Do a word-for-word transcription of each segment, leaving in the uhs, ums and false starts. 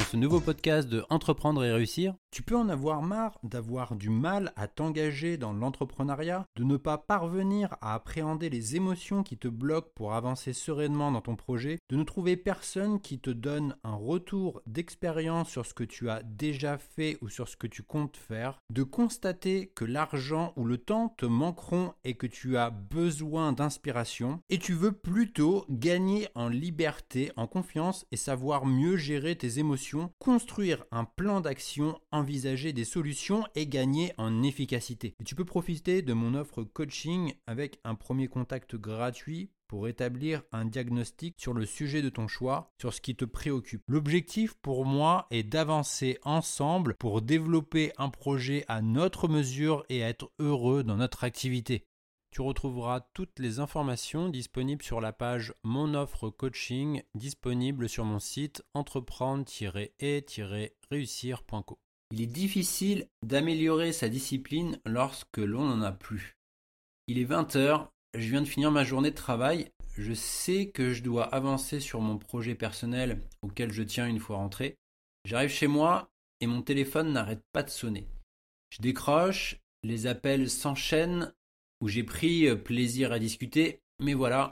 ce nouveau podcast de Entreprendre et réussir. Tu peux en avoir marre d'avoir du mal à t'engager dans l'entrepreneuriat, de ne pas parvenir à appréhender les émotions qui te bloquent pour avancer sereinement dans ton projet, de ne trouver personne qui te donne un retour d'expérience sur ce que tu as déjà fait ou sur ce que tu comptes faire, de constater que l'argent ou le temps te manqueront et que tu as besoin d'inspiration, et tu veux plutôt gagner en liberté, en confiance et savoir mieux gérer tes émotions, construire un plan d'action, envisager des solutions et gagner en efficacité. Et tu peux profiter de mon offre coaching avec un premier contact gratuit pour établir un diagnostic sur le sujet de ton choix, sur ce qui te préoccupe. L'objectif pour moi est d'avancer ensemble pour développer un projet à notre mesure et être heureux dans notre activité. Tu retrouveras toutes les informations disponibles sur la page Mon offre coaching disponible sur mon site entreprendre tiret et tiret réussir point co. Il est difficile d'améliorer sa discipline lorsque l'on n'en a plus. Il est vingt heures, je viens de finir ma journée de travail, je sais que je dois avancer sur mon projet personnel auquel je tiens une fois rentré. J'arrive chez moi et mon téléphone n'arrête pas de sonner. Je décroche, les appels s'enchaînent où j'ai pris plaisir à discuter, mais voilà,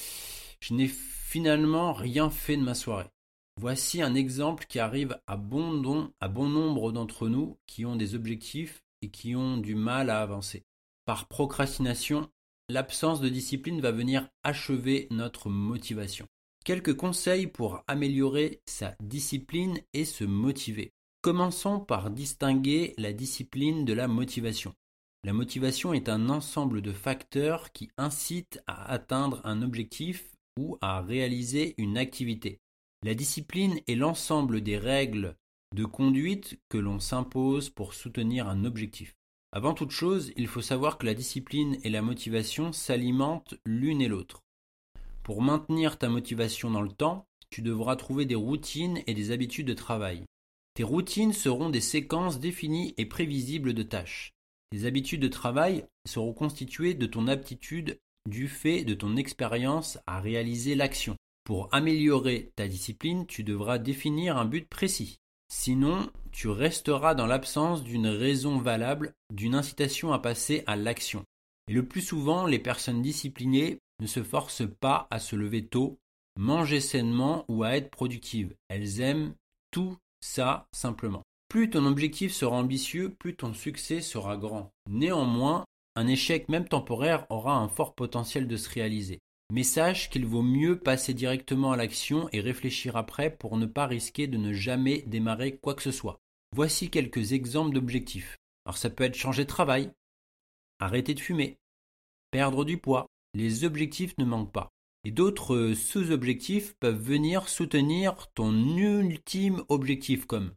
je n'ai finalement rien fait de ma soirée. Voici un exemple qui arrive à bon, don, à bon nombre d'entre nous qui ont des objectifs et qui ont du mal à avancer. Par procrastination, l'absence de discipline va venir achever notre motivation. Quelques conseils pour améliorer sa discipline et se motiver. Commençons par distinguer la discipline de la motivation. La motivation est un ensemble de facteurs qui incitent à atteindre un objectif ou à réaliser une activité. La discipline est l'ensemble des règles de conduite que l'on s'impose pour soutenir un objectif. Avant toute chose, il faut savoir que la discipline et la motivation s'alimentent l'une et l'autre. Pour maintenir ta motivation dans le temps, tu devras trouver des routines et des habitudes de travail. Tes routines seront des séquences définies et prévisibles de tâches. Tes habitudes de travail seront constituées de ton aptitude du fait de ton expérience à réaliser l'action. Pour améliorer ta discipline, tu devras définir un but précis. Sinon, tu resteras dans l'absence d'une raison valable, d'une incitation à passer à l'action. Et le plus souvent, les personnes disciplinées ne se forcent pas à se lever tôt, manger sainement ou à être productives. Elles aiment tout ça simplement. Plus ton objectif sera ambitieux, plus ton succès sera grand. Néanmoins, un échec même temporaire aura un fort potentiel de se réaliser. Mais sache qu'il vaut mieux passer directement à l'action et réfléchir après pour ne pas risquer de ne jamais démarrer quoi que ce soit. Voici quelques exemples d'objectifs. Alors ça peut être changer de travail, arrêter de fumer, perdre du poids. Les objectifs ne manquent pas. Et d'autres sous-objectifs peuvent venir soutenir ton ultime objectif comme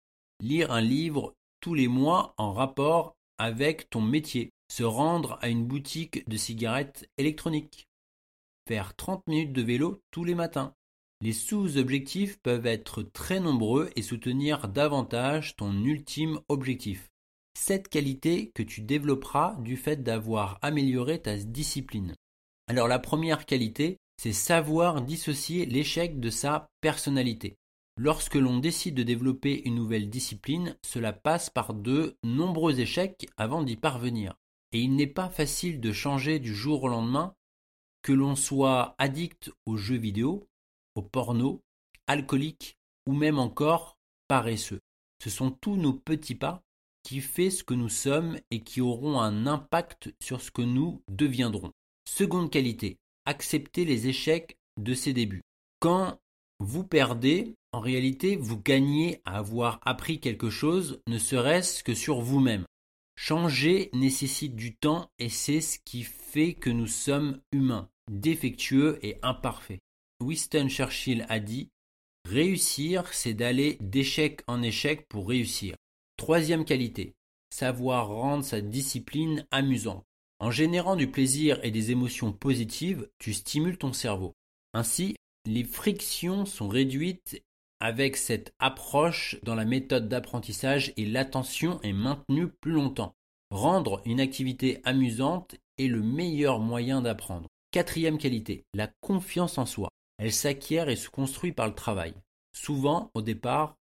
lire un livre tous les mois en rapport avec ton métier, se rendre à une boutique de cigarettes électroniques, faire trente minutes de vélo tous les matins. Les sous-objectifs peuvent être très nombreux et soutenir davantage ton ultime objectif. Cette qualité que tu développeras du fait d'avoir amélioré ta discipline. Alors la première qualité, c'est savoir dissocier l'échec de sa personnalité. Lorsque l'on décide de développer une nouvelle discipline, cela passe par de nombreux échecs avant d'y parvenir. Et il n'est pas facile de changer du jour au lendemain, que l'on soit addict aux jeux vidéo, au porno, alcoolique ou même encore paresseux. Ce sont tous nos petits pas qui font ce que nous sommes et qui auront un impact sur ce que nous deviendrons. Seconde qualité, accepter les échecs de ses débuts. Quand vous perdez, en réalité, vous gagnez à avoir appris quelque chose, ne serait-ce que sur vous-même. Changer nécessite du temps et c'est ce qui fait que nous sommes humains, défectueux et imparfaits. Winston Churchill a dit « Réussir, c'est d'aller d'échec en échec pour réussir ». Troisième qualité, savoir rendre sa discipline amusante. En générant du plaisir et des émotions positives, tu stimules ton cerveau. Ainsi, les frictions sont réduites avec cette approche dans la méthode d'apprentissage et l'attention est maintenue plus longtemps. Rendre une activité amusante est le meilleur moyen d'apprendre. Quatrième qualité, la confiance en soi. Elle s'acquiert et se construit par le travail. Souvent, au départ,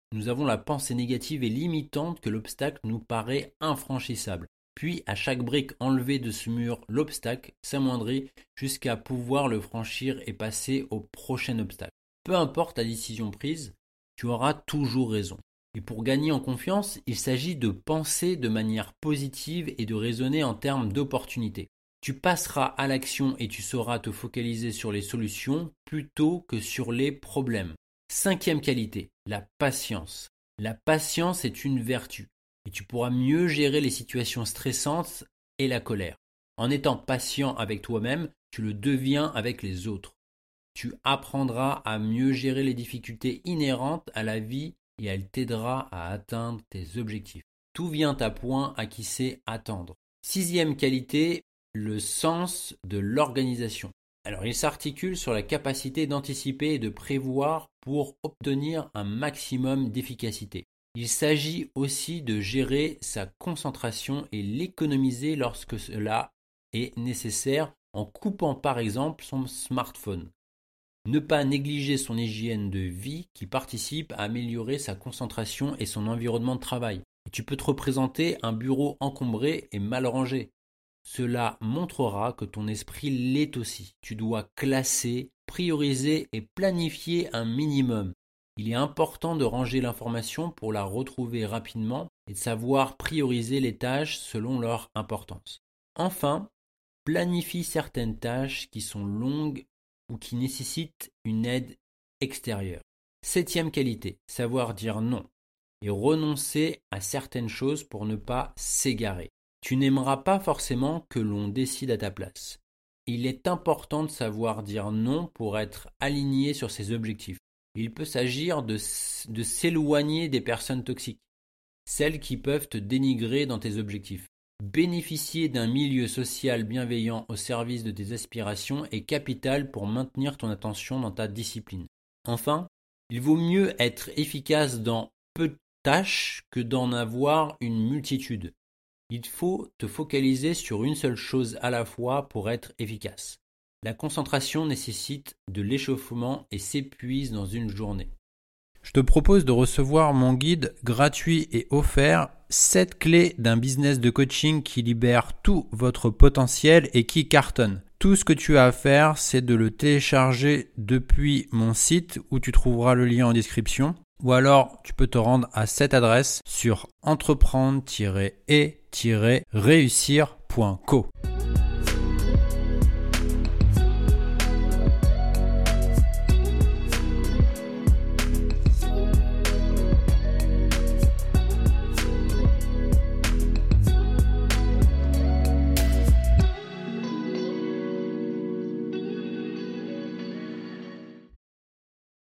Nous avons la pensée négative et limitante que l'obstacle nous paraît infranchissable. Puis, à chaque brique enlevée de ce mur, l'obstacle s'amoindrit jusqu'à pouvoir le franchir et passer au prochain obstacle. Peu importe la décision prise, tu auras toujours raison. Et pour gagner en confiance, il s'agit de penser de manière positive et de raisonner en termes d'opportunités. Tu passeras à l'action et tu sauras te focaliser sur les solutions plutôt que sur les problèmes. Cinquième qualité, la patience. La patience est une vertu et tu pourras mieux gérer les situations stressantes et la colère. En étant patient avec toi-même, tu le deviens avec les autres. Tu apprendras à mieux gérer les difficultés inhérentes à la vie et elle t'aidera à atteindre tes objectifs. Tout vient à point à qui sait attendre. Sixième qualité, le sens de l'organisation. Alors, il s'articule sur la capacité d'anticiper et de prévoir pour obtenir un maximum d'efficacité. Il s'agit aussi de gérer sa concentration et l'économiser lorsque cela est nécessaire en coupant par exemple son smartphone. Ne pas négliger son hygiène de vie qui participe à améliorer sa concentration et son environnement de travail. Et tu peux te représenter un bureau encombré et mal rangé. Cela montrera que ton esprit l'est aussi. Tu dois classer, prioriser et planifier un minimum. Il est important de ranger l'information pour la retrouver rapidement et de savoir prioriser les tâches selon leur importance. Enfin, planifie certaines tâches qui sont longues ou qui nécessitent une aide extérieure. Septième qualité, savoir dire non et renoncer à certaines choses pour ne pas s'égarer. Tu n'aimeras pas forcément que l'on décide à ta place. Il est important de savoir dire non pour être aligné sur ses objectifs. Il peut s'agir de, de s'éloigner des personnes toxiques, celles qui peuvent te dénigrer dans tes objectifs. Bénéficier d'un milieu social bienveillant au service de tes aspirations est capital pour maintenir ton attention dans ta discipline. Enfin, il vaut mieux être efficace dans peu de tâches que d'en avoir une multitude. Il faut te focaliser sur une seule chose à la fois pour être efficace. La concentration nécessite de l'échauffement et s'épuise dans une journée. Je te propose de recevoir mon guide gratuit et offert sept clés d'un business de coaching qui libère tout votre potentiel et qui cartonne. Tout ce que tu as à faire, c'est de le télécharger depuis mon site où tu trouveras le lien en description. Ou alors, tu peux te rendre à cette adresse sur entreprendre tiret et tiret réussir point co.